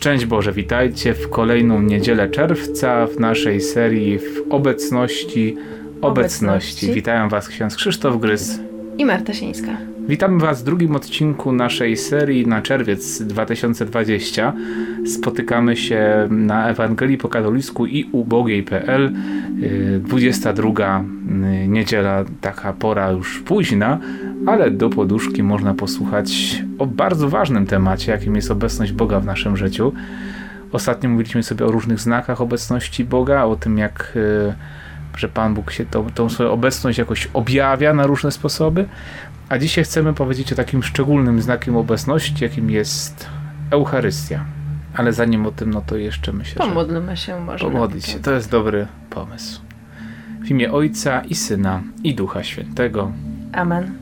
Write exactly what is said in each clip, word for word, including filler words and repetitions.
Szczęść Boże, witajcie w kolejną niedzielę czerwca w naszej serii w obecności, obecności. obecności. Witają Was ksiądz Krzysztof Grys i Marta Sińska. Witamy Was w drugim odcinku naszej serii na czerwiec dwa tysiące dwudziesty. Spotykamy się na Ewangelii po katolicku i ubogiej kropka pe el. dwudziesta druga niedziela, taka pora już późna, ale do poduszki można posłuchać o bardzo ważnym temacie, jakim jest obecność Boga w naszym życiu. Ostatnio mówiliśmy sobie o różnych znakach obecności Boga, o tym jak że Pan Bóg się tą, tą swoją obecność jakoś objawia na różne sposoby. A dzisiaj chcemy powiedzieć o takim szczególnym znakiem obecności, jakim jest Eucharystia. Ale zanim o tym, no to jeszcze myślę, Pomódlmy się może. Pomodlić się, to jest dobry pomysł. W imię Ojca i Syna i Ducha Świętego. Amen.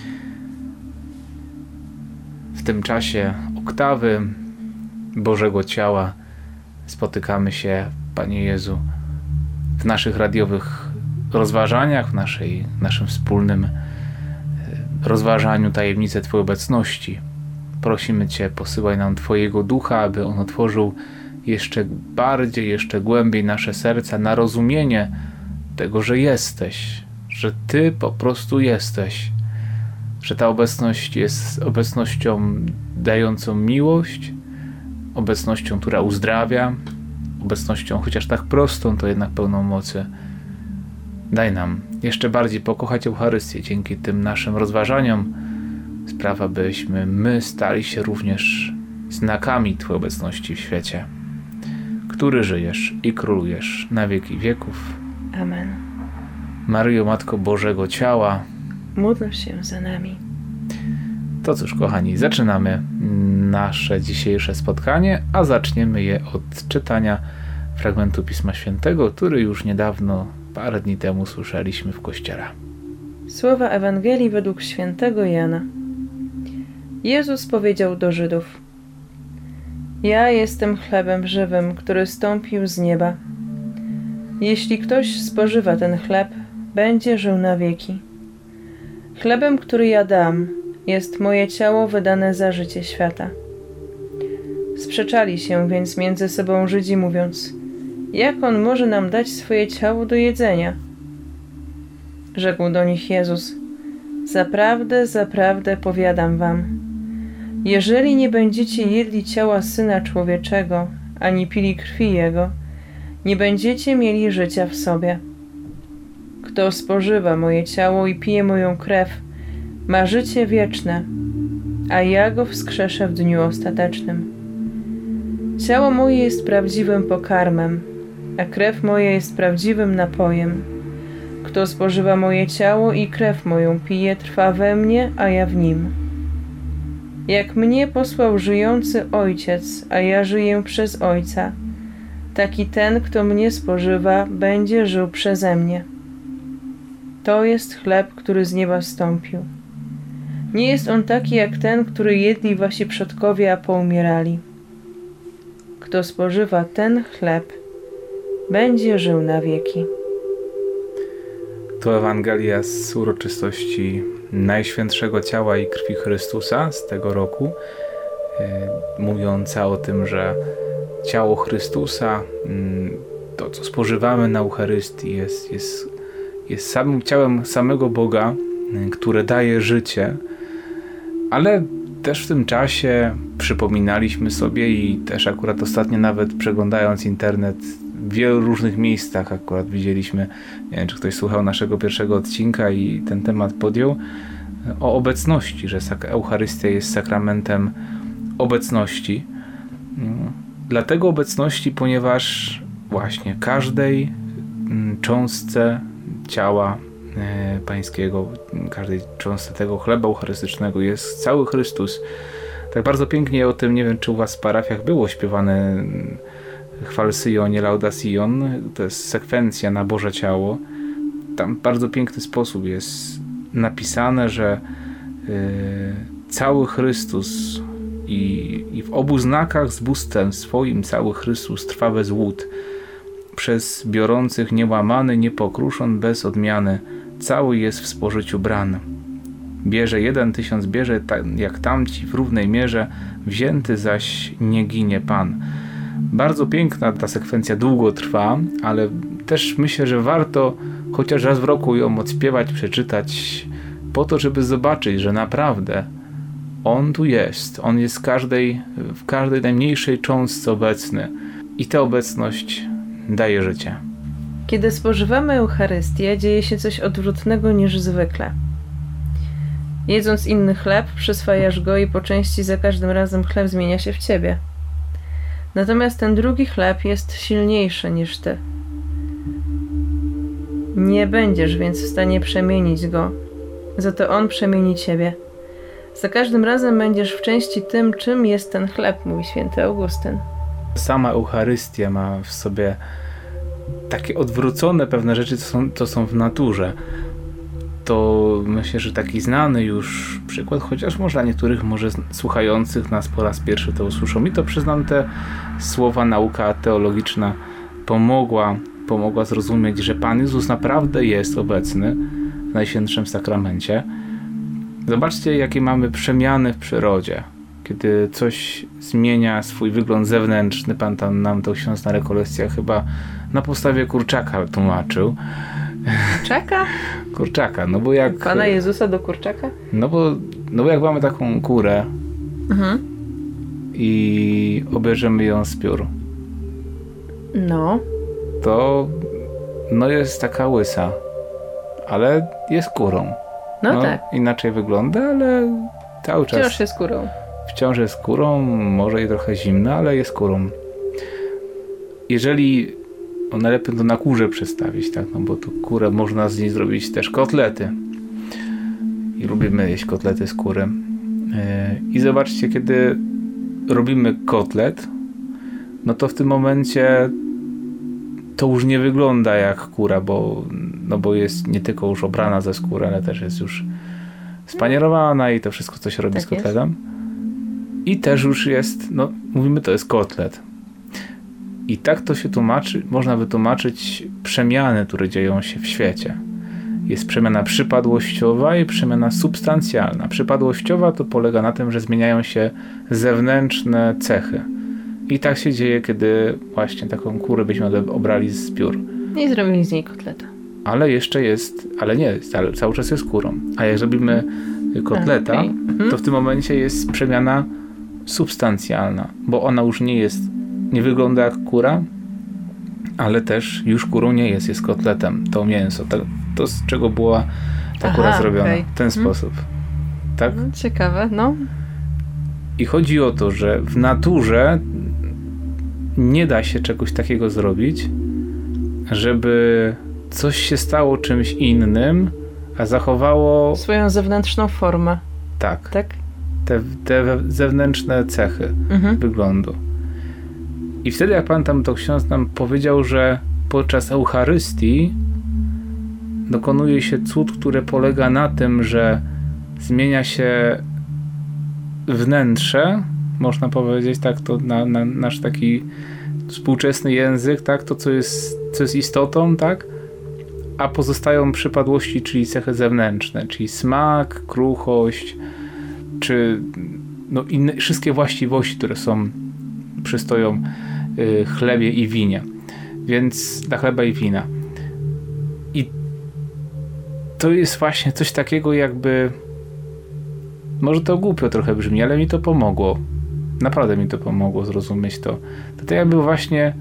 W tym czasie oktawy Bożego Ciała spotykamy się, Panie Jezu, w naszych radiowych rozważaniach, w naszej, naszym wspólnym rozważaniu tajemnicy Twojej obecności. Prosimy Cię, posyłaj nam Twojego Ducha, aby On otworzył jeszcze bardziej, jeszcze głębiej nasze serca na rozumienie tego, że jesteś, że Ty po prostu jesteś, że ta obecność jest obecnością dającą miłość, obecnością, która uzdrawia, obecnością chociaż tak prostą, to jednak pełną mocy. Daj nam jeszcze bardziej pokochać Eucharystię dzięki tym naszym rozważaniom. Sprawa, byśmy my stali się również znakami Twojej obecności w świecie, który żyjesz i królujesz na wieki wieków. Amen. Maryjo, Matko Bożego Ciała, módl się za nami. To cóż, kochani, zaczynamy nasze dzisiejsze spotkanie, a zaczniemy je od czytania fragmentu Pisma Świętego, który już niedawno, parę dni temu słyszeliśmy w kościele. Słowa Ewangelii według świętego Jana. Jezus powiedział do Żydów: Ja jestem chlebem żywym, który stąpił z nieba. Jeśli ktoś spożywa ten chleb, będzie żył na wieki. Chlebem, który ja dam, jest moje ciało wydane za życie świata. Sprzeczali się więc między sobą Żydzi, mówiąc: Jak on może nam dać swoje ciało do jedzenia? Rzekł do nich Jezus: Zaprawdę, zaprawdę powiadam wam, jeżeli nie będziecie jedli ciała Syna Człowieczego, ani pili krwi Jego, nie będziecie mieli życia w sobie. Kto spożywa moje ciało i pije moją krew, ma życie wieczne, a ja go wskrzeszę w dniu ostatecznym. Ciało moje jest prawdziwym pokarmem, a krew moja jest prawdziwym napojem. Kto spożywa moje ciało i krew moją pije, trwa we mnie, a ja w nim. Jak mnie posłał żyjący Ojciec, a ja żyję przez Ojca, taki ten, kto mnie spożywa, będzie żył przeze mnie. To jest chleb, który z nieba stąpił. Nie jest on taki jak ten, który jedli wasi przodkowie, a poumierali. Kto spożywa ten chleb, będzie żył na wieki. To Ewangelia z uroczystości Najświętszego Ciała i Krwi Chrystusa z tego roku, yy, mówiąca o tym, że ciało Chrystusa, yy, to co spożywamy na Eucharystii, jest, jest, jest samym ciałem samego Boga, yy, które daje życie, ale też w tym czasie przypominaliśmy sobie i też akurat ostatnio nawet przeglądając internet w wielu różnych miejscach akurat widzieliśmy, nie wiem czy ktoś słuchał naszego pierwszego odcinka i ten temat podjął, o obecności, że Eucharystia jest sakramentem obecności. Dlatego obecności, ponieważ właśnie każdej cząstce ciała Pańskiego, każdej cząstce tego chleba eucharystycznego jest cały Chrystus. Tak bardzo pięknie o tym, nie wiem czy u was w parafiach było śpiewane Chwal Syjon, nie Lauda Sion, to jest sekwencja na Boże Ciało. Tam w bardzo piękny sposób jest napisane, że yy, cały Chrystus i, i w obu znakach z bóstwem swoim cały Chrystus trwa bez łud. Przez biorących niełamany, niepokruszon, bez odmiany, cały jest w spożyciu bran. bierze, jeden tysiąc bierze, tak jak tamci w równej mierze, wzięty zaś nie ginie Pan. Bardzo piękna ta sekwencja, długo trwa, ale też myślę, że warto chociaż raz w roku ją odśpiewać, przeczytać, po to, żeby zobaczyć, że naprawdę On tu jest. On jest w każdej, w każdej najmniejszej cząstce obecny i ta obecność daje życie. Kiedy spożywamy Eucharystię, dzieje się coś odwrotnego niż zwykle. Jedząc inny chleb, przyswajasz go i po części za każdym razem chleb zmienia się w ciebie. Natomiast ten drugi chleb jest silniejszy niż ty. Nie będziesz więc w stanie przemienić go, za to on przemieni ciebie. Za każdym razem będziesz w części tym, czym jest ten chleb, mówi święty Augustyn. Sama Eucharystia ma w sobie takie odwrócone pewne rzeczy, co są, co są w naturze. To myślę, że taki znany już przykład, chociaż może dla niektórych może słuchających nas po raz pierwszy to usłyszą. I to przyznam, te słowa nauka teologiczna pomogła, pomogła zrozumieć, że Pan Jezus naprawdę jest obecny w Najświętszym Sakramencie. Zobaczcie, jakie mamy przemiany w przyrodzie. Kiedy coś zmienia swój wygląd zewnętrzny, Pan tam nam to ksiądz na rekolekcjach chyba na podstawie kurczaka tłumaczył. Kurczaka? Kurczaka, no bo jak... Pana Jezusa do kurczaka? No bo, no bo jak mamy taką kurę Mhm. i obierzemy ją z piór, No. to no jest taka łysa, ale jest kurą. No, No, tak. inaczej wygląda, ale cały czas... Wciąż jest kurą. Wciąż jest kurą, może i trochę zimna, ale jest kurą. Jeżeli, no najlepiej to na kurze przestawić, tak, no bo tu kurę można z niej zrobić też kotlety. I lubimy jeść kotlety z kury. Yy, I zobaczcie, kiedy robimy kotlet, no to w tym momencie to już nie wygląda jak kura, bo, no bo jest nie tylko już obrana ze skóry, ale też jest już spanierowana i to wszystko, co się robi Tak z kotletem. I też już jest, no mówimy, to jest kotlet. I tak to się tłumaczy, można wytłumaczyć przemiany, które dzieją się w świecie. Jest przemiana przypadłościowa i przemiana substancjalna. Przypadłościowa to polega na tym, że zmieniają się zewnętrzne cechy. I tak się dzieje, kiedy właśnie taką kurę byśmy obrali z piór. I zrobili z niej kotleta. Ale jeszcze jest, ale nie, ale cały czas jest kurą. A jak zrobimy kotleta, A, okay. mhm. to w tym momencie jest przemiana substancjalna, bo ona już nie jest, nie wygląda jak kura, ale też już kurą nie jest, jest kotletem. To mięso, to, to z czego była ta Aha, kura zrobiona. okay. W ten mhm. sposób. Tak? Ciekawe, no. I chodzi o to, że w naturze nie da się czegoś takiego zrobić, żeby coś się stało czymś innym, a zachowało... Swoją zewnętrzną formę. Tak. Tak? Te, te zewnętrzne cechy Mhm. wyglądu. I wtedy, jak pan tam to ksiądz nam powiedział, że podczas Eucharystii dokonuje się cud, który polega na tym, że zmienia się wnętrze, można powiedzieć, tak, to na, na nasz taki współczesny język, tak, to co jest, co jest istotą, tak, a pozostają przypadłości, czyli cechy zewnętrzne, czyli smak, kruchość, czy no inne, wszystkie właściwości, które są, przystoją y, chlebie i winie. Więc dla chleba i wina. I to jest właśnie coś takiego, jakby, może to głupio trochę brzmi, ale mi to pomogło. Naprawdę mi to pomogło zrozumieć to. To, to jakby właśnie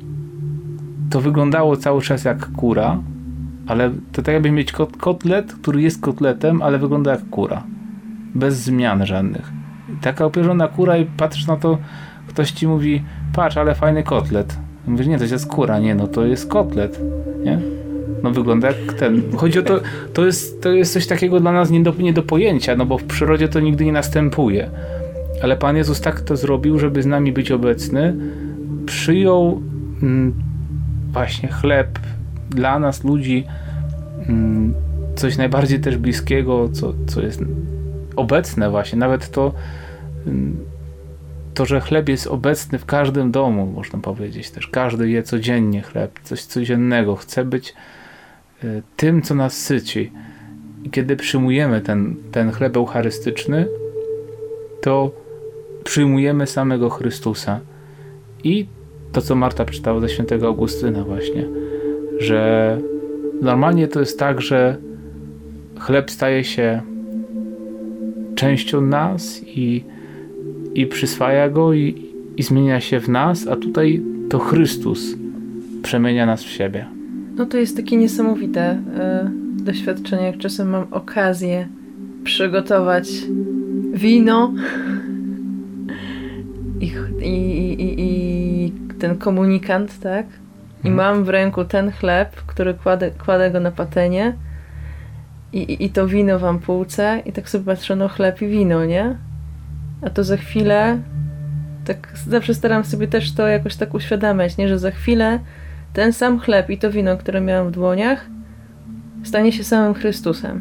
to wyglądało cały czas jak kura, ale to tak jakby mieć kot, kotlet, który jest kotletem, ale wygląda jak kura. Bez zmian żadnych. I taka opierzona kura i patrzysz na to, ktoś ci mówi, patrz, ale fajny kotlet. Mówisz, nie, to jest kura, nie, no to jest kotlet, nie? No wygląda jak ten. Chodzi o to, to jest, to jest coś takiego dla nas nie do, nie do pojęcia, no bo w przyrodzie to nigdy nie następuje. Ale Pan Jezus tak to zrobił, żeby z nami być obecny. Przyjął mm, właśnie chleb dla nas, ludzi, mm, coś najbardziej też bliskiego, co, co jest obecne właśnie. Nawet to, mm, to, że chleb jest obecny w każdym domu, można powiedzieć też. Każdy je codziennie chleb, coś codziennego. Chce być y, tym, co nas syci. I kiedy przyjmujemy ten, ten chleb eucharystyczny, to przyjmujemy samego Chrystusa. I to, co Marta czytała ze świętego Augustyna właśnie, że normalnie to jest tak, że chleb staje się częścią nas i, i przyswaja go i, i zmienia się w nas, a tutaj to Chrystus przemienia nas w siebie. No to jest takie niesamowite y, doświadczenie, jak czasem mam okazję przygotować wino i, i, i, i ten komunikant, tak? I hmm. mam w ręku ten chleb, który kładę, kładę go na patelnię i, i, i to wino w ampułce i tak sobie patrzę, no chleb i wino, nie? A to za chwilę, tak zawsze staram sobie też to jakoś tak uświadamiać, nie? Że za chwilę ten sam chleb i to wino, które miałam w dłoniach, stanie się samym Chrystusem.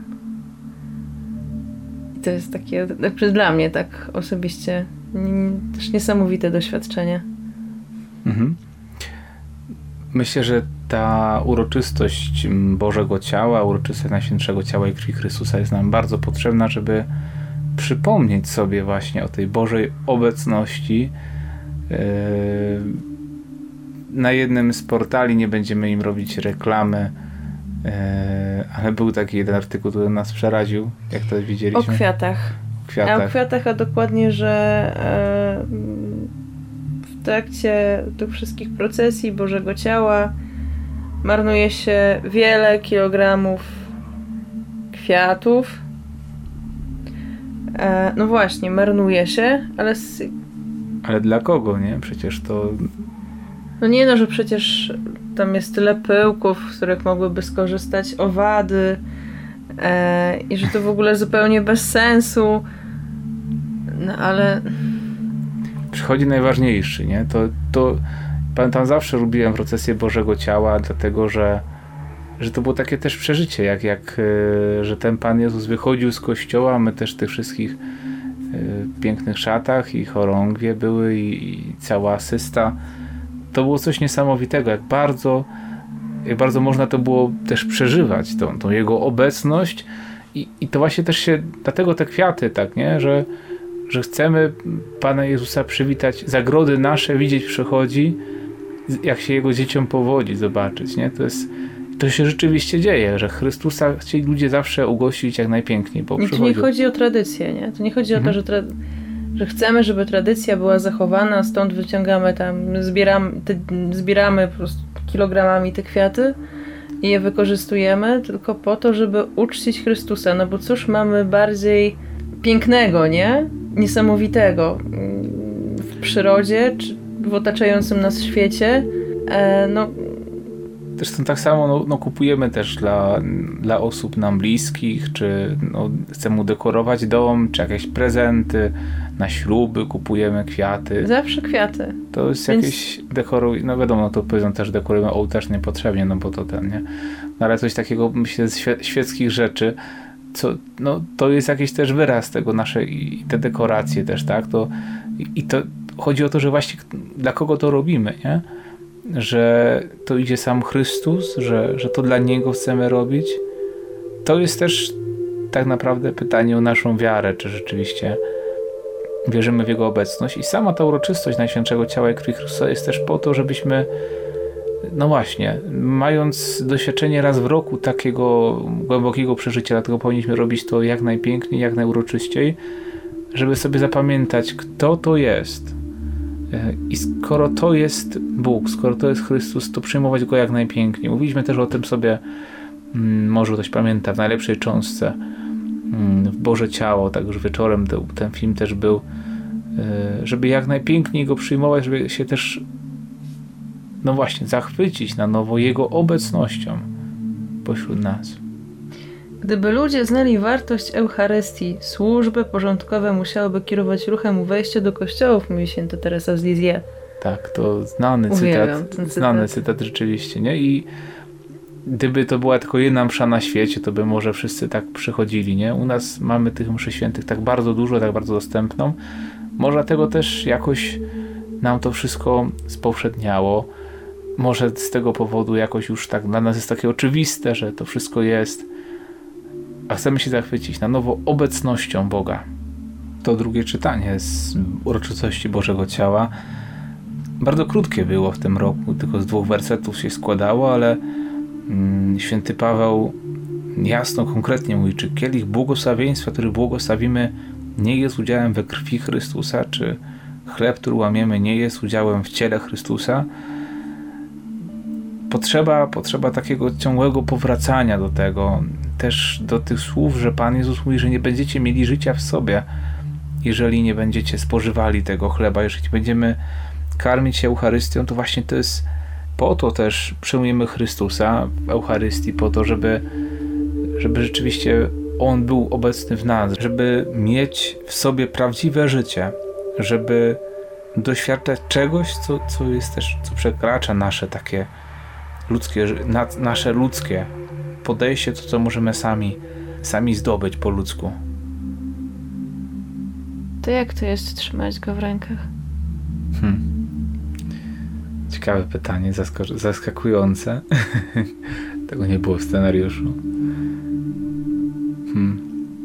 I to jest takie, dla mnie tak osobiście, też niesamowite doświadczenie. Mhm. Myślę, że ta uroczystość Bożego Ciała, uroczystość Najświętszego Ciała i Krwi Chrystusa jest nam bardzo potrzebna, żeby przypomnieć sobie właśnie o tej Bożej obecności. Yy, na jednym z portali, nie będziemy im robić reklamy, yy, ale był taki jeden artykuł, który nas przeraził, jak to widzieliśmy. O kwiatach. O kwiatach. A o kwiatach, a dokładnie, że yy, w trakcie tych wszystkich procesji Bożego Ciała marnuje się wiele kilogramów kwiatów. E, no właśnie, marnuje się, ale... Z... Ale dla kogo, nie? Przecież to... No nie no, że przecież tam jest tyle pyłków, z których mogłyby skorzystać owady e, i że to w ogóle zupełnie bez sensu. No ale... Przychodzi najważniejszy, nie? To, to pamiętam, zawsze lubiłem procesję Bożego Ciała, dlatego że, że to było takie też przeżycie, jak, jak że ten Pan Jezus wychodził z kościoła, my też w tych wszystkich y, pięknych szatach i chorągwie były i, i cała asysta. To było coś niesamowitego, jak bardzo, jak bardzo można to było też przeżywać, tą, tą Jego obecność i, i to właśnie też się, dlatego te kwiaty, tak, nie? Że że chcemy Pana Jezusa przywitać, zagrody nasze widzieć przychodzi, jak się Jego dzieciom powodzi, zobaczyć, nie? To jest, to się rzeczywiście dzieje, że Chrystusa chcieli ludzie zawsze ugościć jak najpiękniej, bo nie, przychodził. To nie chodzi o tradycję, nie? To nie chodzi mhm. o to, że, tra- że chcemy, żeby tradycja była zachowana, stąd wyciągamy tam, zbieramy, te, zbieramy po prostu kilogramami te kwiaty i je wykorzystujemy tylko po to, żeby uczcić Chrystusa, no bo cóż mamy bardziej pięknego, nie? Niesamowitego w przyrodzie, czy w otaczającym nas świecie. E, no. Zresztą tak samo no, no, kupujemy też dla, dla osób nam bliskich, czy no, chcemy udekorować dom, czy jakieś prezenty, na śluby kupujemy kwiaty. Zawsze kwiaty. To jest Więc... jakieś dekoru, no wiadomo, no to powiedzą też dekorujemy ołtarz niepotrzebnie, no bo to ten, nie? No, ale coś takiego, myślę, z świe- świeckich rzeczy, co, no, to jest jakiś też wyraz tego naszej, i te dekoracje też, tak? To, i, i to chodzi o to, że właśnie dla kogo to robimy, nie? Że to idzie sam Chrystus, że, że to dla Niego chcemy robić. To jest też tak naprawdę pytanie o naszą wiarę, czy rzeczywiście wierzymy w Jego obecność. I sama ta uroczystość Najświętszego Ciała i Krwi Chrystusa jest też po to, żebyśmy no właśnie, mając doświadczenie raz w roku takiego głębokiego przeżycia, dlatego powinniśmy robić to jak najpiękniej, jak najuroczyściej, żeby sobie zapamiętać, kto to jest. I skoro to jest Bóg, skoro to jest Chrystus, to przyjmować Go jak najpiękniej. Mówiliśmy też o tym sobie, może ktoś pamięta, w najlepszej cząstce, w Boże Ciało, tak już wieczorem ten, ten film też był, żeby jak najpiękniej Go przyjmować, żeby się też no właśnie, zachwycić na nowo Jego obecnością pośród nas. Gdyby ludzie znali wartość Eucharystii, służby porządkowe musiałyby kierować ruchem u wejścia do kościołów, mówi święta Teresa z Lisieux. Tak, to znany cytat, cytat, znany cytat rzeczywiście, nie? I gdyby to była tylko jedna msza na świecie, to by może wszyscy tak przychodzili, nie? U nas mamy tych mszy świętych tak bardzo dużo, tak bardzo dostępną. Może dlatego też jakoś nam to wszystko spowszedniało. Może z tego powodu jakoś już tak dla nas jest takie oczywiste, że to wszystko jest. a chcemy się zachwycić na nowo obecnością Boga. To drugie czytanie z uroczystości Bożego Ciała bardzo krótkie było w tym roku, tylko z dwóch wersetów się składało, ale mm, święty Paweł jasno, konkretnie mówi, czy kielich błogosławieństwa, który błogosławimy, nie jest udziałem we krwi Chrystusa, czy chleb, który łamiemy, nie jest udziałem w ciele Chrystusa. Potrzeba, potrzeba takiego ciągłego powracania do tego, też do tych słów, że Pan Jezus mówi, że nie będziecie mieli życia w sobie, jeżeli nie będziecie spożywali tego chleba, jeżeli będziemy karmić się Eucharystią, to właśnie to jest po to też przyjmujemy Chrystusa w Eucharystii, po to, żeby, żeby rzeczywiście On był obecny w nas, żeby mieć w sobie prawdziwe życie, żeby doświadczać czegoś, co, co jest też, co przekracza nasze takie ludzkie, nasze ludzkie podejście, to co możemy sami, sami zdobyć po ludzku. To jak to jest trzymać go w rękach? Hmm. Ciekawe pytanie, zask- zaskakujące. Tego nie było w scenariuszu. Hmm.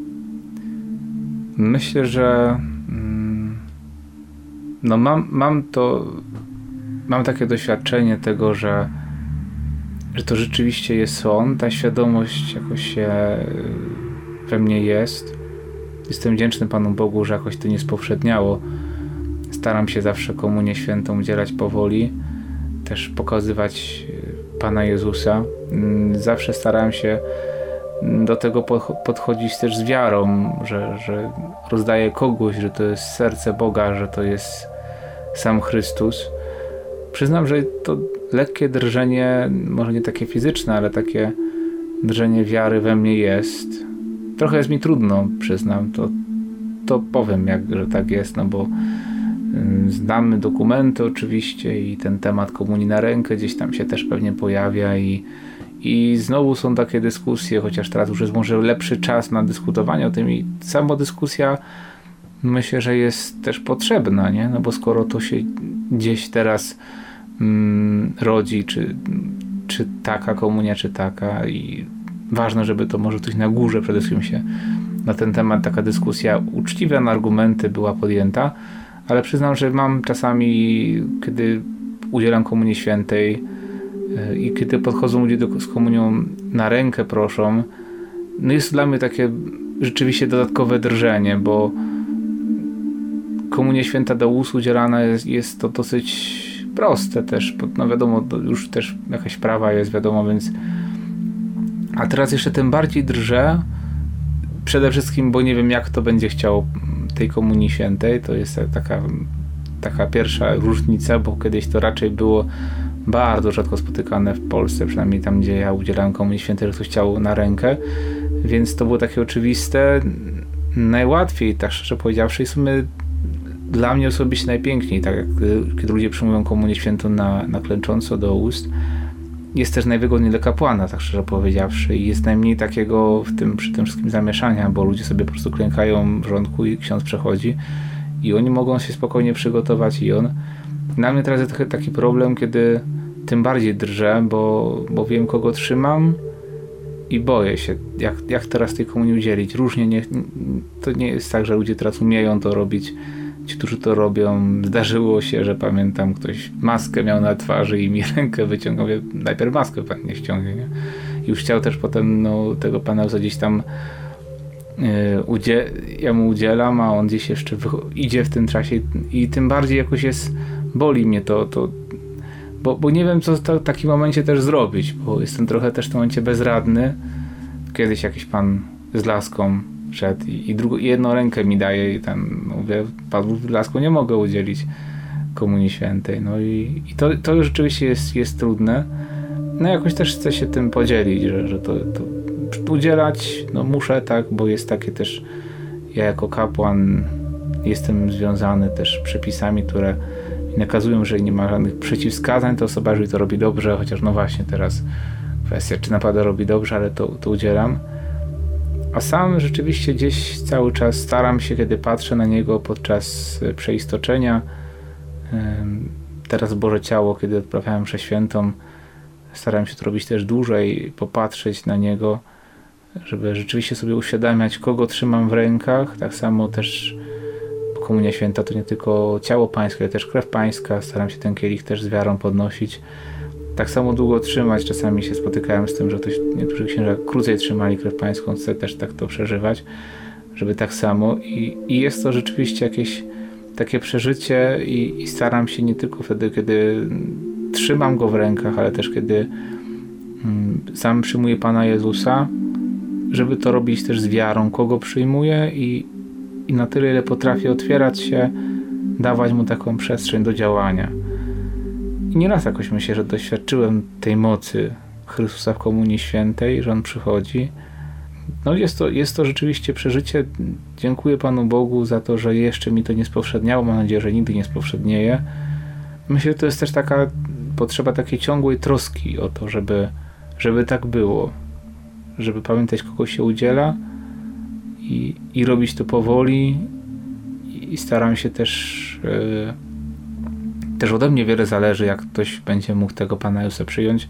Myślę, że mm, no mam, mam to mam takie doświadczenie tego, że że to rzeczywiście jest On, ta świadomość jakoś się we mnie jest. Jestem wdzięczny Panu Bogu, że jakoś to nie spowszedniało. Staram się zawsze Komunię Świętą udzielać powoli, też pokazywać Pana Jezusa. Zawsze starałem się do tego podchodzić też z wiarą, że, że rozdaję kogoś, że to jest serce Boga, że to jest sam Chrystus. Przyznam, że to lekkie drżenie, może nie takie fizyczne, ale takie drżenie wiary we mnie jest. Trochę jest mi trudno, przyznam, to, to powiem, jak, że tak jest, no bo y, znamy dokumenty oczywiście i ten temat komunii na rękę gdzieś tam się też pewnie pojawia i, i znowu są takie dyskusje, chociaż teraz już jest może lepszy czas na dyskutowanie o tym i sama dyskusja myślę, że jest też potrzebna, nie? No bo skoro to się gdzieś teraz mm, rodzi, czy, czy taka komunia, czy taka i ważne, żeby to może ktoś na górze przede wszystkim się na ten temat taka dyskusja uczciwa na argumenty była podjęta, ale przyznam, że mam czasami, kiedy udzielam Komunii Świętej yy, i kiedy podchodzą ludzie do, z komunią na rękę proszą, no jest dla mnie takie rzeczywiście dodatkowe drżenie, bo Komunia Święta do ust udzielana jest, jest to dosyć proste też, no wiadomo, już też jakaś prawa jest, wiadomo, więc a teraz jeszcze tym bardziej drżę, przede wszystkim, bo nie wiem, jak to będzie chciał tej Komunii Świętej, to jest taka, taka pierwsza różnica, bo kiedyś to raczej było bardzo rzadko spotykane w Polsce, przynajmniej tam, gdzie ja udzielałem Komunii Świętej, że ktoś chciał na rękę, więc to było takie oczywiste, najłatwiej, tak szczerze powiedziawszy, i w sumie dla mnie osobiście najpiękniej, tak jak kiedy ludzie przyjmują Komunię Świętą na, na klęcząco do ust, jest też najwygodniej dla kapłana, tak szczerze powiedziawszy, i jest najmniej takiego w tym, przy tym wszystkim zamieszania, bo ludzie sobie po prostu klękają w rządku i ksiądz przechodzi i oni mogą się spokojnie przygotować i on. Dla mnie teraz jest trochę taki problem, kiedy tym bardziej drżę, bo, bo wiem, kogo trzymam i boję się, jak, jak teraz tej komunii udzielić. Różnie, nie, to nie jest tak, że ludzie teraz umieją to robić. Ci, którzy to robią, zdarzyło się, że pamiętam, ktoś maskę miał na twarzy i mi rękę wyciągał. Ja, najpierw maskę pan nie ściągnie, nie? I już chciał też potem no, tego pana gdzieś tam yy, udzie- ja mu udzielam, a on gdzieś jeszcze wycho- idzie w tym czasie i tym bardziej jakoś jest, boli mnie to, to bo, bo nie wiem, co w takim momencie też zrobić, bo jestem trochę też w tym momencie bezradny. Kiedyś jakiś pan z laską szedł i, i drugą, jedną rękę mi daje i tam mówię, panu z laską nie mogę udzielić Komunii Świętej. No i, i to, to już rzeczywiście jest, jest trudne. No jakoś też chcę się tym podzielić, że, że to, to udzielać, no muszę, tak, bo jest takie też, ja jako kapłan jestem związany też przepisami, które nakazują, że nie ma żadnych przeciwwskazań, to osoba, jeżeli to robi dobrze, chociaż no właśnie teraz kwestia, czy naprawdę robi dobrze, ale to, to udzielam. A sam rzeczywiście gdzieś cały czas staram się, kiedy patrzę na niego podczas przeistoczenia, teraz Boże Ciało, kiedy odprawiałem mszę świętą, staram się to robić też dłużej, popatrzeć na niego, żeby rzeczywiście sobie uświadamiać, kogo trzymam w rękach. Tak samo też Komunia Święta to nie tylko ciało pańskie, ale też krew pańska. Staram się ten kielich też z wiarą podnosić. Tak samo długo trzymać. Czasami się spotykałem z tym, że ktoś, niektórzy księża krócej trzymali krew pańską. Chcę też tak to przeżywać, żeby tak samo. I, i jest to rzeczywiście jakieś takie przeżycie i, i staram się nie tylko wtedy, kiedy trzymam go w rękach, ale też kiedy mm, sam przyjmuję Pana Jezusa, żeby to robić też z wiarą, kogo przyjmuję i, i na tyle, ile potrafię otwierać się, dawać mu taką przestrzeń do działania. I nieraz jakoś myślę, że doświadczyłem tej mocy Chrystusa w Komunii Świętej, że On przychodzi. No jest to, jest to rzeczywiście przeżycie. Dziękuję Panu Bogu za to, że jeszcze mi to nie spowszedniało. Mam nadzieję, że nigdy nie spowszednieje. Myślę, że to jest też taka potrzeba takiej ciągłej troski o to, żeby, żeby tak było. Żeby pamiętać, kogo się udziela i, i robić to powoli. I staram się też yy, też ode mnie wiele zależy, jak ktoś będzie mógł tego Pana Jezusa przyjąć.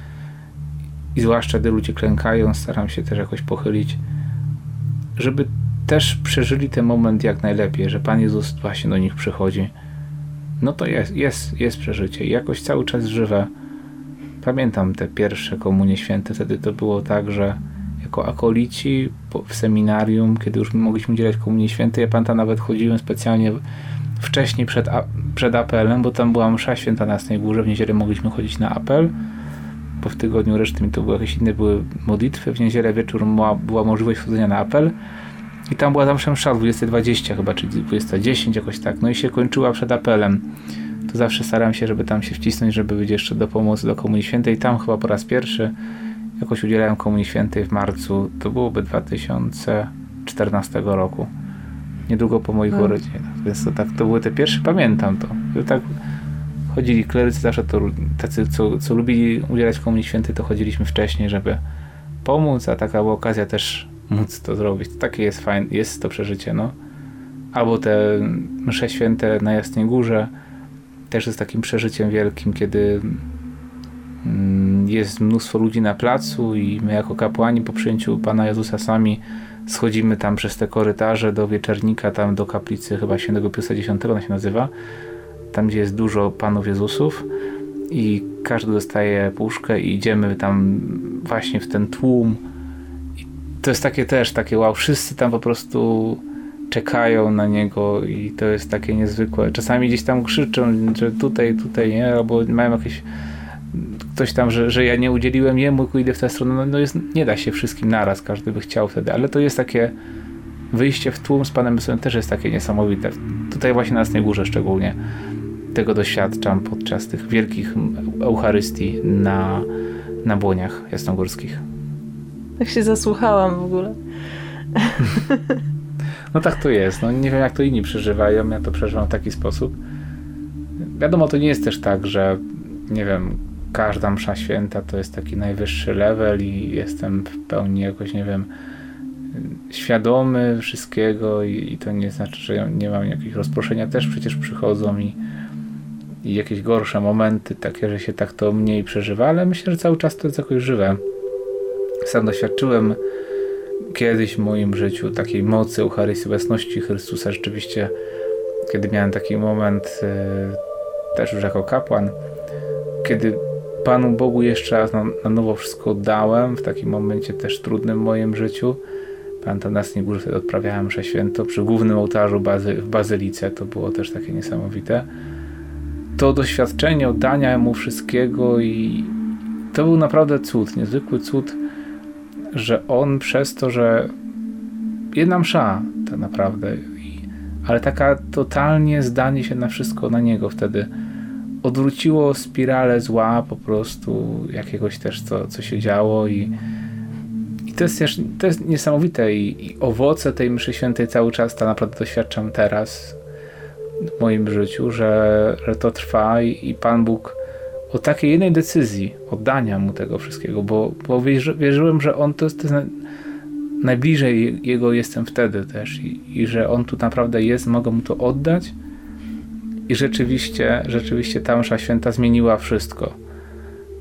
I zwłaszcza, gdy ludzie klękają, staram się też jakoś pochylić, żeby też przeżyli ten moment jak najlepiej, że Pan Jezus właśnie do nich przychodzi. No to jest, jest, jest przeżycie i jakoś cały czas żywe. Pamiętam te pierwsze Komunie Święte, wtedy to było tak, że jako akolici w seminarium, kiedy już mogliśmy udzielać Komunii Świętej, ja pamiętam, nawet chodziłem specjalnie wcześniej przed, przed apelem, bo tam była msza święta na Jasnej Górze, w niedzielę mogliśmy chodzić na apel, bo w tygodniu reszty mi to były jakieś inne były modlitwy, w niedzielę wieczór była, była możliwość chodzenia na apel i tam była zawsze msza dwudziesta dwadzieścia chyba, czy dwudziesta dziesięć jakoś tak, no i się kończyła przed apelem. To zawsze staram się, żeby tam się wcisnąć, żeby być jeszcze do pomocy do Komunii Świętej. Tam chyba po raz pierwszy jakoś udzielałem Komunii Świętej w marcu, to byłoby dwa tysiące czternastego roku, niedługo po moich hmm. urodzinach, więc to tak, to były te pierwsze, pamiętam to, że tak chodzili klerycy zawsze to, tacy, co, co lubili udzielać Komunii Świętej, to chodziliśmy wcześniej, żeby pomóc, a taka była okazja też móc to zrobić. Takie jest fajne, jest to przeżycie, no. Albo te msze święte na Jasnej Górze też jest takim przeżyciem wielkim, kiedy mm, jest mnóstwo ludzi na placu i my jako kapłani po przyjęciu Pana Jezusa sami schodzimy tam przez te korytarze do wieczernika, tam do kaplicy chyba świętego Piusa Dziesiątego ona się nazywa, tam gdzie jest dużo Panów Jezusów i każdy dostaje puszkę i idziemy tam właśnie w ten tłum. I to jest takie też, takie wow, wszyscy tam po prostu czekają na Niego i to jest takie niezwykłe. Czasami gdzieś tam krzyczą, że tutaj, tutaj, nie, albo mają jakieś ktoś tam, że, że ja nie udzieliłem jemu, tylko idę w tę stronę. No, no jest, nie da się wszystkim naraz, każdy by chciał wtedy, ale to jest takie wyjście w tłum z Panem Jezusem też jest takie niesamowite. Tutaj właśnie na Jasnej Górze szczególnie tego doświadczam podczas tych wielkich Eucharystii na, na błoniach jasnogórskich. Tak się zasłuchałam w ogóle. No tak to jest. No, nie wiem, jak to inni przeżywają. Ja to przeżywam w taki sposób. Wiadomo, to nie jest też tak, że nie wiem, każda msza święta to jest taki najwyższy level i jestem w pełni jakoś, nie wiem, świadomy wszystkiego i, i to nie znaczy, że ja nie mam jakichś rozproszenia. Też przecież przychodzą i, i jakieś gorsze momenty, takie, że się tak to mniej przeżywa, ale myślę, że cały czas to jest jakoś żywe. Sam doświadczyłem kiedyś w moim życiu takiej mocy Eucharystii, obecności Chrystusa. Rzeczywiście, kiedy miałem taki moment yy, też już jako kapłan, kiedy Panu Bogu jeszcze raz na, na nowo wszystko oddałem, w takim momencie też trudnym w moim życiu. Pamiętam, na Jasnej Górze wtedy odprawiałem mszę święto przy głównym ołtarzu bazy, w Bazylice. To było też takie niesamowite. To doświadczenie oddania Mu wszystkiego i to był naprawdę cud, niezwykły cud, że On przez to, że jedna msza tak naprawdę, i, ale taka totalnie zdanie się na wszystko na Niego wtedy odwróciło spiralę zła po prostu, jakiegoś też co, co się działo i, i to jest też, to jest niesamowite i, i owoce tej mszy świętej cały czas tak naprawdę doświadczam teraz w moim życiu, że, że to trwa i, i Pan Bóg o takiej jednej decyzji oddania Mu tego wszystkiego, bo, bo wierzy, wierzyłem, że On to jest, to jest na, najbliżej Jego jestem wtedy też i, i że On tu naprawdę jest, mogę Mu to oddać i rzeczywiście, rzeczywiście ta msza święta zmieniła wszystko.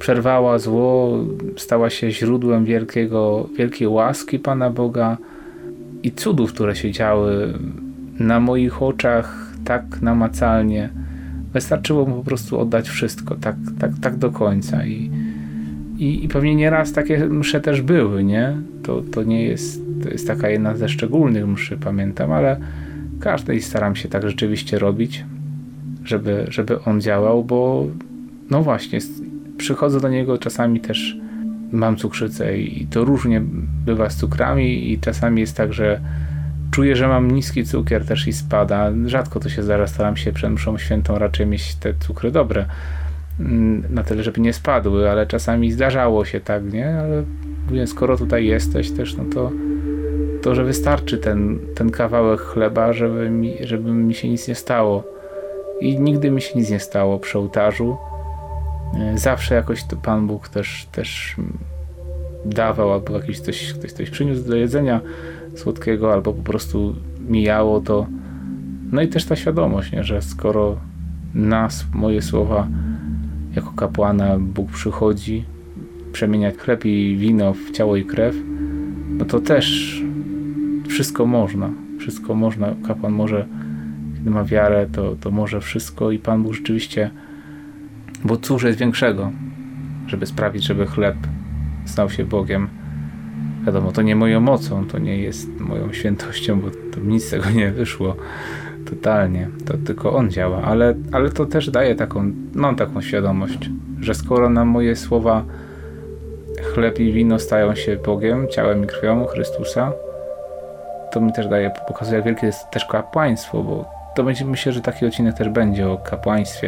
przerwała zło, stała się źródłem wielkiego, wielkiej łaski Pana Boga i cudów, które się działy na moich oczach tak namacalnie. Wystarczyło mu po prostu oddać wszystko, tak, tak, tak do końca. I, i, i pewnie nieraz takie msze też były, nie? To, to nie jest, to jest taka jedna ze szczególnych mszy, pamiętam, ale każdej staram się tak rzeczywiście robić, żeby, żeby on działał, bo no właśnie, przychodzę do niego, czasami też mam cukrzycę i to różnie bywa z cukrami i czasami jest tak, że czuję, że mam niski cukier też i spada. Rzadko to się zdarza, staram się przed mszą świętą raczej mieć te cukry dobre, na tyle, żeby nie spadły, ale czasami zdarzało się tak, nie? Ale mówię, skoro tutaj jesteś też, no to to, że wystarczy ten, ten kawałek chleba, żeby mi, żeby mi się nic nie stało. I nigdy mi się nic nie stało przy ołtarzu. Zawsze jakoś to Pan Bóg też, też dawał, albo jakiś coś, ktoś coś przyniósł do jedzenia słodkiego, albo po prostu mijało to. No i też ta świadomość, nie, że skoro nas, moje słowa jako kapłana Bóg przychodzi przemieniać chleb i wino w ciało i krew, no to też wszystko można. Wszystko można. Kapłan może, kiedy ma wiarę, to, to może wszystko i Pan Bóg rzeczywiście, bo cóż jest większego, żeby sprawić, żeby chleb stał się Bogiem. Wiadomo, to nie moją mocą, to nie jest moją świętością, bo to nic z tego nie wyszło totalnie. To tylko On działa, ale, ale to też daje taką, mam taką świadomość, że skoro na moje słowa chleb i wino stają się Bogiem, ciałem i krwią Chrystusa, to mi też daje, pokazuje, jak wielkie jest też kapłaństwo, bo to będzie, myślę, że taki odcinek też będzie o kapłaństwie.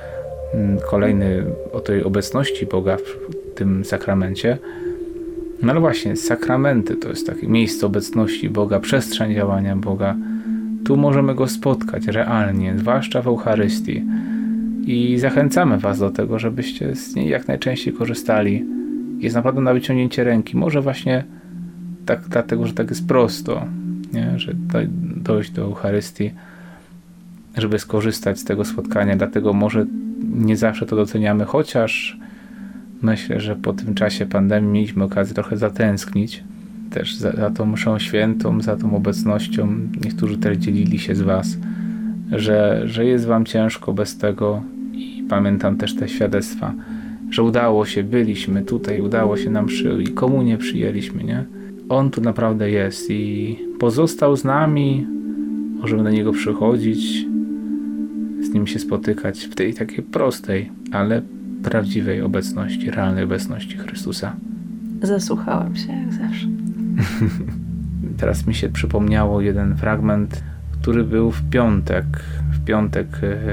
Kolejny o tej obecności Boga w tym sakramencie. No ale właśnie, sakramenty to jest takie miejsce obecności Boga, przestrzeń działania Boga. Tu możemy Go spotkać realnie, zwłaszcza w Eucharystii. I zachęcamy Was do tego, żebyście z niej jak najczęściej korzystali. Jest naprawdę na wyciągnięcie ręki. Może właśnie tak, dlatego, że tak jest prosto, nie? Że dojść do Eucharystii, żeby skorzystać z tego spotkania. Dlatego może nie zawsze to doceniamy, chociaż myślę, że po tym czasie pandemii mieliśmy okazję trochę zatęsknić też za, za tą mszą świętą, za tą obecnością. Niektórzy też dzielili się z Was, że, że jest Wam ciężko bez tego i pamiętam też te świadectwa, że udało się, byliśmy tutaj, udało się nam przy, i komunię przyjęliśmy, nie? On tu naprawdę jest i pozostał z nami, możemy do Niego przychodzić, z Nim się spotykać w tej takiej prostej, ale prawdziwej obecności, realnej obecności Chrystusa. Zasłuchałam się jak zawsze. Teraz mi się przypomniało jeden fragment, który był w piątek, w piątek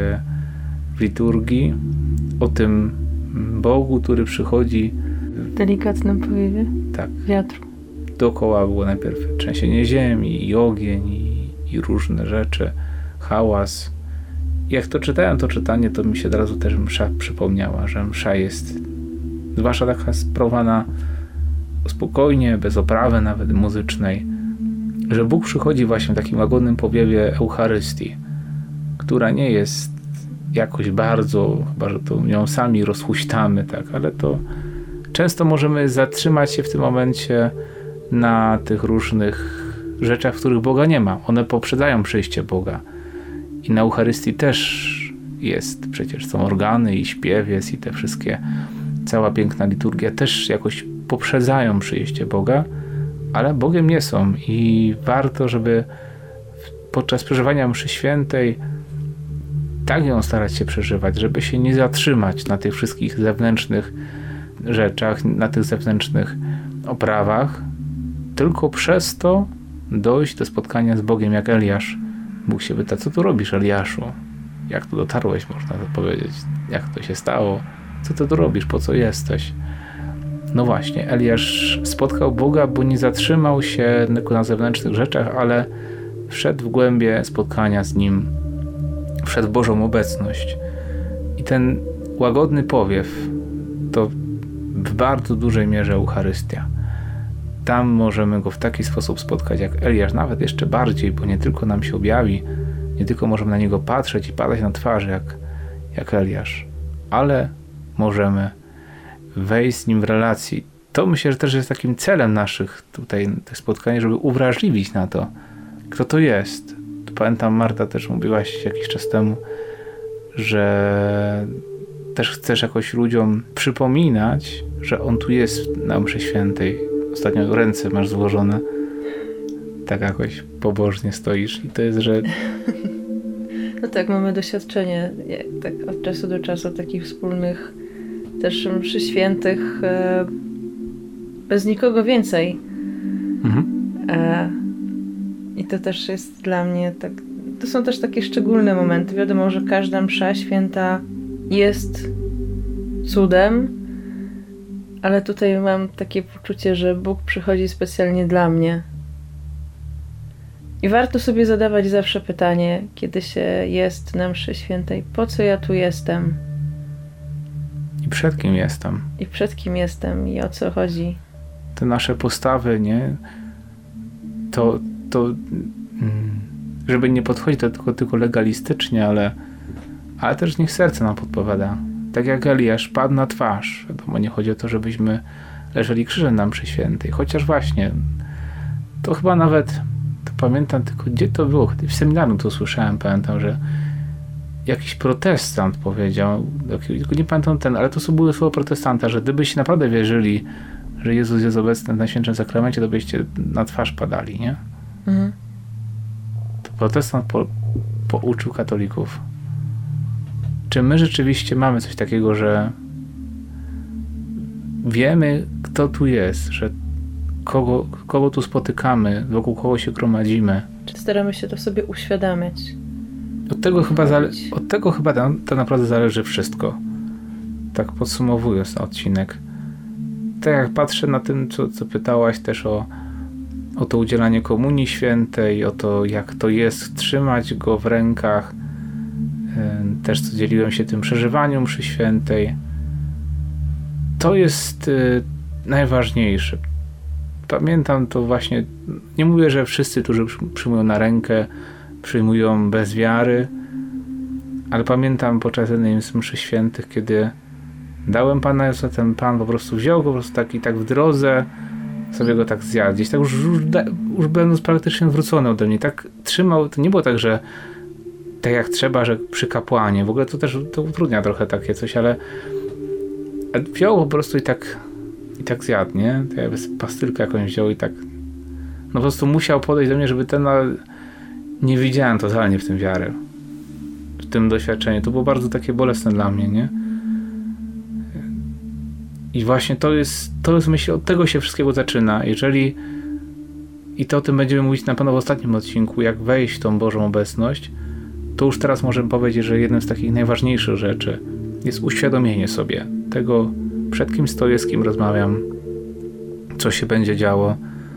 w liturgii, o tym Bogu, który przychodzi w delikatnym powiewie tak, wiatru. Dookoła było najpierw trzęsienie ziemi i ogień i, i różne rzeczy, hałas. Jak to czytałem, to czytanie, to mi się od razu też msza przypomniała, że msza jest zwłaszcza taka sprawowana spokojnie, bez oprawy nawet muzycznej, że Bóg przychodzi właśnie w takim łagodnym powiewie Eucharystii, która nie jest jakoś bardzo, chyba że to ją sami rozhuśtamy, tak, ale to często możemy zatrzymać się w tym momencie na tych różnych rzeczach, w których Boga nie ma. One poprzedzają przyjście Boga. I na Eucharystii też jest, przecież są organy i śpiew jest i te wszystkie, cała piękna liturgia też jakoś poprzedzają przyjście Boga, ale Bogiem nie są i warto, żeby podczas przeżywania mszy świętej tak ją starać się przeżywać, żeby się nie zatrzymać na tych wszystkich zewnętrznych rzeczach, na tych zewnętrznych oprawach, tylko przez to dojść do spotkania z Bogiem jak Eliasz. Bóg się pyta, co tu robisz, Eliaszu? Jak tu dotarłeś, można to powiedzieć. Jak to się stało? Co ty tu robisz? Po co jesteś? No właśnie, Eliasz spotkał Boga, bo nie zatrzymał się tylko na zewnętrznych rzeczach, ale wszedł w głębie spotkania z Nim. Wszedł w Bożą obecność. I ten łagodny powiew to w bardzo dużej mierze Eucharystia. Tam możemy Go w taki sposób spotkać jak Eliasz, nawet jeszcze bardziej, bo nie tylko nam się objawi, nie tylko możemy na Niego patrzeć i padać na twarzy jak, jak Eliasz, ale możemy wejść z nim w relacji. To myślę, że też jest takim celem naszych tutaj tych spotkań, żeby uwrażliwić na to, kto to jest. Pamiętam, Marta też mówiłaś jakiś czas temu, że też chcesz jakoś ludziom przypominać, że on tu jest na mszy świętej. Ostatnio ręce masz złożone. Tak jakoś pobożnie stoisz i to jest, że... No tak, mamy doświadczenie tak od czasu do czasu takich wspólnych też mszy świętych e, bez nikogo więcej. Mhm. E, I to też jest dla mnie tak... To są też takie szczególne momenty. Wiadomo, że każda msza święta jest cudem, ale tutaj mam takie poczucie, że Bóg przychodzi specjalnie dla mnie. I warto sobie zadawać zawsze pytanie, kiedy się jest na mszy świętej, po co ja tu jestem? I przed kim jestem? I przed kim jestem? I o co chodzi? Te nasze postawy, nie? To, to żeby nie podchodzić do tego tylko legalistycznie, ale, ale też niech serce nam podpowiada. Tak jak Eliasz padł na twarz. Wiadomo, nie chodzi o to, żebyśmy leżeli krzyżem na mszy świętej. Chociaż właśnie, to chyba nawet, to pamiętam tylko, gdzie to było? W seminarium to słyszałem, pamiętam, że jakiś protestant powiedział, tylko nie pamiętam ten, ale to były słowa protestanta, że gdybyście naprawdę wierzyli, że Jezus jest obecny na Świętym Sakramencie, to byście na twarz padali, nie? Mhm. To protestant po, pouczył katolików. Czy my rzeczywiście mamy coś takiego, że wiemy, kto tu jest, że kogo, kogo tu spotykamy, wokół kogo się gromadzimy? Czy staramy się to sobie uświadamiać? Od tego chyba, zale- od tego chyba to, to naprawdę zależy wszystko. Tak podsumowując ten odcinek. Tak jak patrzę na tym, co, co pytałaś też o, o to udzielanie Komunii Świętej, o to, jak to jest trzymać go w rękach, też co dzieliłem się tym przeżywaniu mszy świętej. To jest y, najważniejsze. Pamiętam to właśnie, nie mówię, że wszyscy, którzy przyjmują na rękę, przyjmują bez wiary, ale pamiętam podczas jednej z mszy świętych, kiedy dałem Pana Jezusa, ten Pan po prostu wziął go po prostu tak i tak w drodze, sobie go tak zjadł. Gdzieś tak już, już, już będąc praktycznie zwrócony ode mnie, tak trzymał, to nie było tak, że tak jak trzeba, że przy kapłanie. W ogóle to też to utrudnia trochę takie coś, ale wziął po prostu i tak i tak zjadł, nie? To jakby pastylkę jakąś wziął i tak no po prostu musiał podejść do mnie, żeby ten, no, nie widziałem totalnie w tym wiary. W tym doświadczeniu. To było bardzo takie bolesne dla mnie, nie? I właśnie to jest, to jest myślę, od tego się wszystkiego zaczyna. Jeżeli i to o tym będziemy mówić na pewno w ostatnim odcinku, jak wejść w tą Bożą obecność, to już teraz możemy powiedzieć, że jednym z takich najważniejszych rzeczy jest uświadomienie sobie tego, przed kim stoję, z kim rozmawiam, co się będzie działo.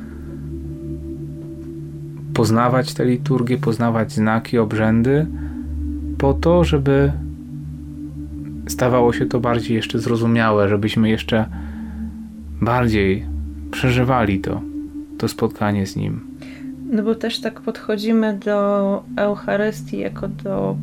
Poznawać tę liturgię, poznawać znaki, obrzędy, po to, żeby stawało się to bardziej jeszcze zrozumiałe, żebyśmy jeszcze bardziej przeżywali to, to spotkanie z Nim. No bo też tak podchodzimy do Eucharystii jako do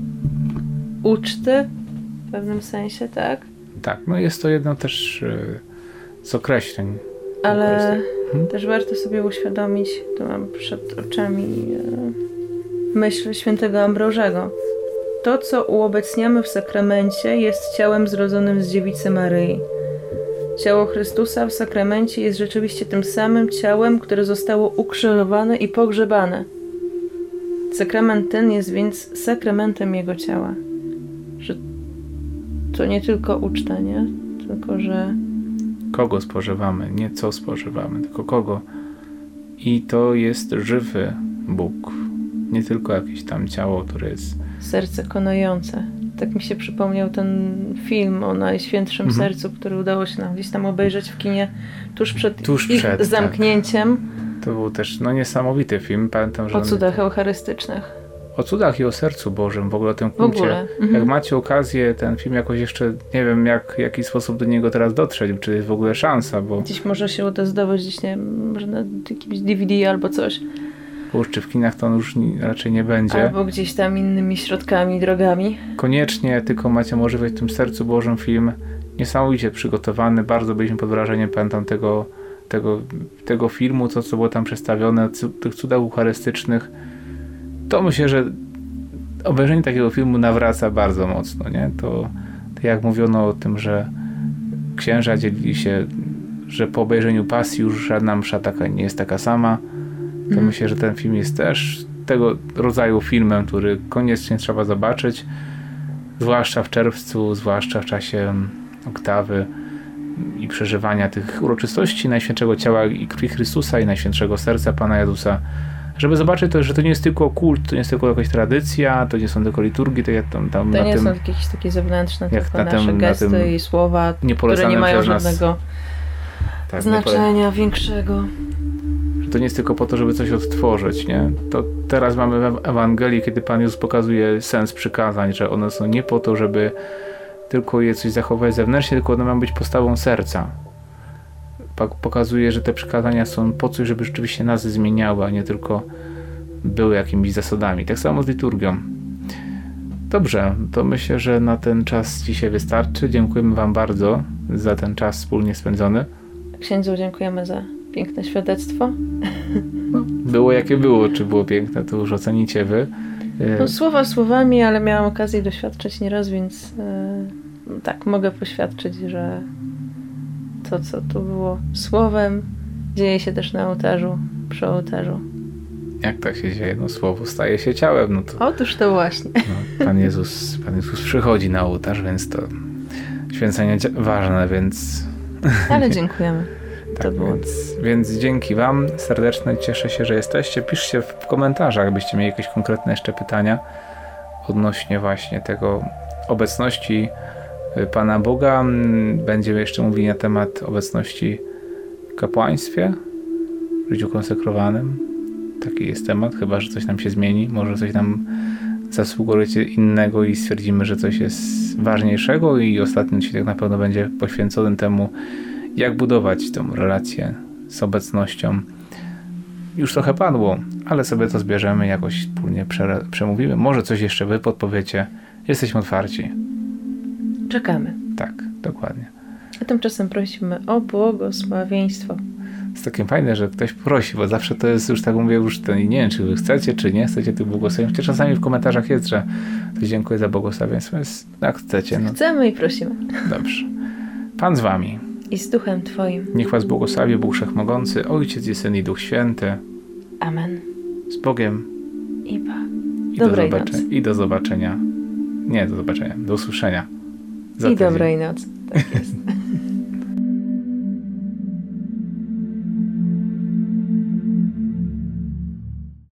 uczty w pewnym sensie, tak? Tak, no jest to jedno też yy, z określeń. Ale hmm? też warto sobie uświadomić, to mam przed oczami yy, myśl świętego Ambrożego. To, co uobecniamy w sakramencie, jest ciałem zrodzonym z dziewicy Maryi. Ciało Chrystusa w sakramencie jest rzeczywiście tym samym ciałem, które zostało ukrzyżowane i pogrzebane. Sakrament ten jest więc sakramentem Jego ciała. Że to nie tylko uczta, nie? Tylko, że... Kogo spożywamy, nie co spożywamy, tylko kogo. I to jest żywy Bóg. Nie tylko jakieś tam ciało, które jest... Serce konające. Tak mi się przypomniał ten film o Najświętszym mhm. Sercu, który udało się nam gdzieś tam obejrzeć w kinie tuż przed tuż ich przed, zamknięciem. Tak. To był też no, niesamowity film. Pamiętam, że o cudach on... eucharystycznych. O cudach i o sercu Bożym, w ogóle o tym kulcie. W ogóle. Mhm. Jak macie okazję ten film jakoś jeszcze, nie wiem jak, w jaki sposób do niego teraz dotrzeć, czy jest w ogóle szansa, bo... Gdzieś może się uda zdobyć gdzieś, nie wiem, może na jakimś D V D albo coś. Bo czy w kinach to on już nie, raczej nie będzie. Albo gdzieś tam innymi środkami, drogami. Koniecznie tylko macie możliwość w tym Sercu Bożym film niesamowicie przygotowany, bardzo byliśmy pod wrażeniem, pamiętam tego, tego, tego filmu, to co było tam przedstawione, tych cudach eucharystycznych. To myślę, że obejrzenie takiego filmu nawraca bardzo mocno, nie? To tak jak mówiono o tym, że księża dzielili się, że po obejrzeniu pasji już żadna msza taka nie jest taka sama, to mm. myślę, że ten film jest też tego rodzaju filmem, który koniecznie trzeba zobaczyć, zwłaszcza w czerwcu, zwłaszcza w czasie oktawy i przeżywania tych uroczystości Najświętszego Ciała i Krwi Chrystusa i Najświętszego Serca Pana Jezusa, żeby zobaczyć to, że to nie jest tylko kult, to nie jest tylko jakaś tradycja, to nie są tylko liturgie, to jak tam, tam to na nie tym, są jakieś takie zewnętrzne, jak tylko na nasze tym, gesty na tym i słowa, nie które nie mają nas, żadnego tak, znaczenia większego. Że to nie jest tylko po to, żeby coś odtworzyć, nie? To teraz mamy w Ewangelii, kiedy Pan Jezus pokazuje sens przykazań, że one są nie po to, żeby tylko je coś zachować zewnętrznie, tylko one mają być postawą serca. Pokazuje, że te przykazania są po coś, żeby rzeczywiście nas zmieniały, a nie tylko były jakimiś zasadami. Tak samo z liturgią. Dobrze, to myślę, że na ten czas dzisiaj wystarczy. Dziękujemy Wam bardzo za ten czas wspólnie spędzony. Księdzu, dziękujemy za piękne świadectwo. No, było jakie było, czy było piękne, to już ocenicie Wy. No, słowa słowami, ale miałam okazję doświadczyć nieraz, więc yy, tak, mogę poświadczyć, że to, co tu było słowem, dzieje się też na ołtarzu, przy ołtarzu. Jak tak się dzieje? No słowo staje się ciałem. No to, Otóż to właśnie. No, Pan Jezus, Pan Jezus przychodzi na ołtarz, więc to święcenie ważne, więc... Ale dziękujemy. Tak, to było. Więc, więc dzięki Wam serdeczne, cieszę się, że jesteście. Piszcie w komentarzach, byście mieli jakieś konkretne jeszcze pytania odnośnie właśnie tego obecności Pana Boga. Będziemy jeszcze mówili na temat obecności w kapłaństwie, w życiu konsekrowanym. Taki jest temat, chyba że coś nam się zmieni, może coś nam zasługuje innego i stwierdzimy, że coś jest ważniejszego i ostatni odcinek na pewno będzie poświęcony temu, jak budować tą relację z obecnością. Już trochę padło, ale sobie to zbierzemy, jakoś wspólnie prze- przemówimy. Może coś jeszcze Wy podpowiecie. Jesteśmy otwarci. Czekamy. Tak, dokładnie. A tymczasem prosimy o błogosławieństwo. Jest takie fajne, że ktoś prosi, bo zawsze to jest już, tak mówię, już ten, nie wiem, czy Wy chcecie, czy nie chcecie tych błogosławieństw. Chociaż czasami w komentarzach jest, że to dziękuję za błogosławieństwo. Jest, jak chcecie. No. Chcemy i prosimy. Dobrze. Pan z Wami. I z Duchem Twoim. Niech Was błogosławi Bóg Wszechmogący, Ojciec i Syn i Duch Święty. Amen. Z Bogiem. I pa. I do, zobaczenia. I do zobaczenia. Nie, do zobaczenia. Do usłyszenia. Za I tydzień. dobrej nocy. Tak jest.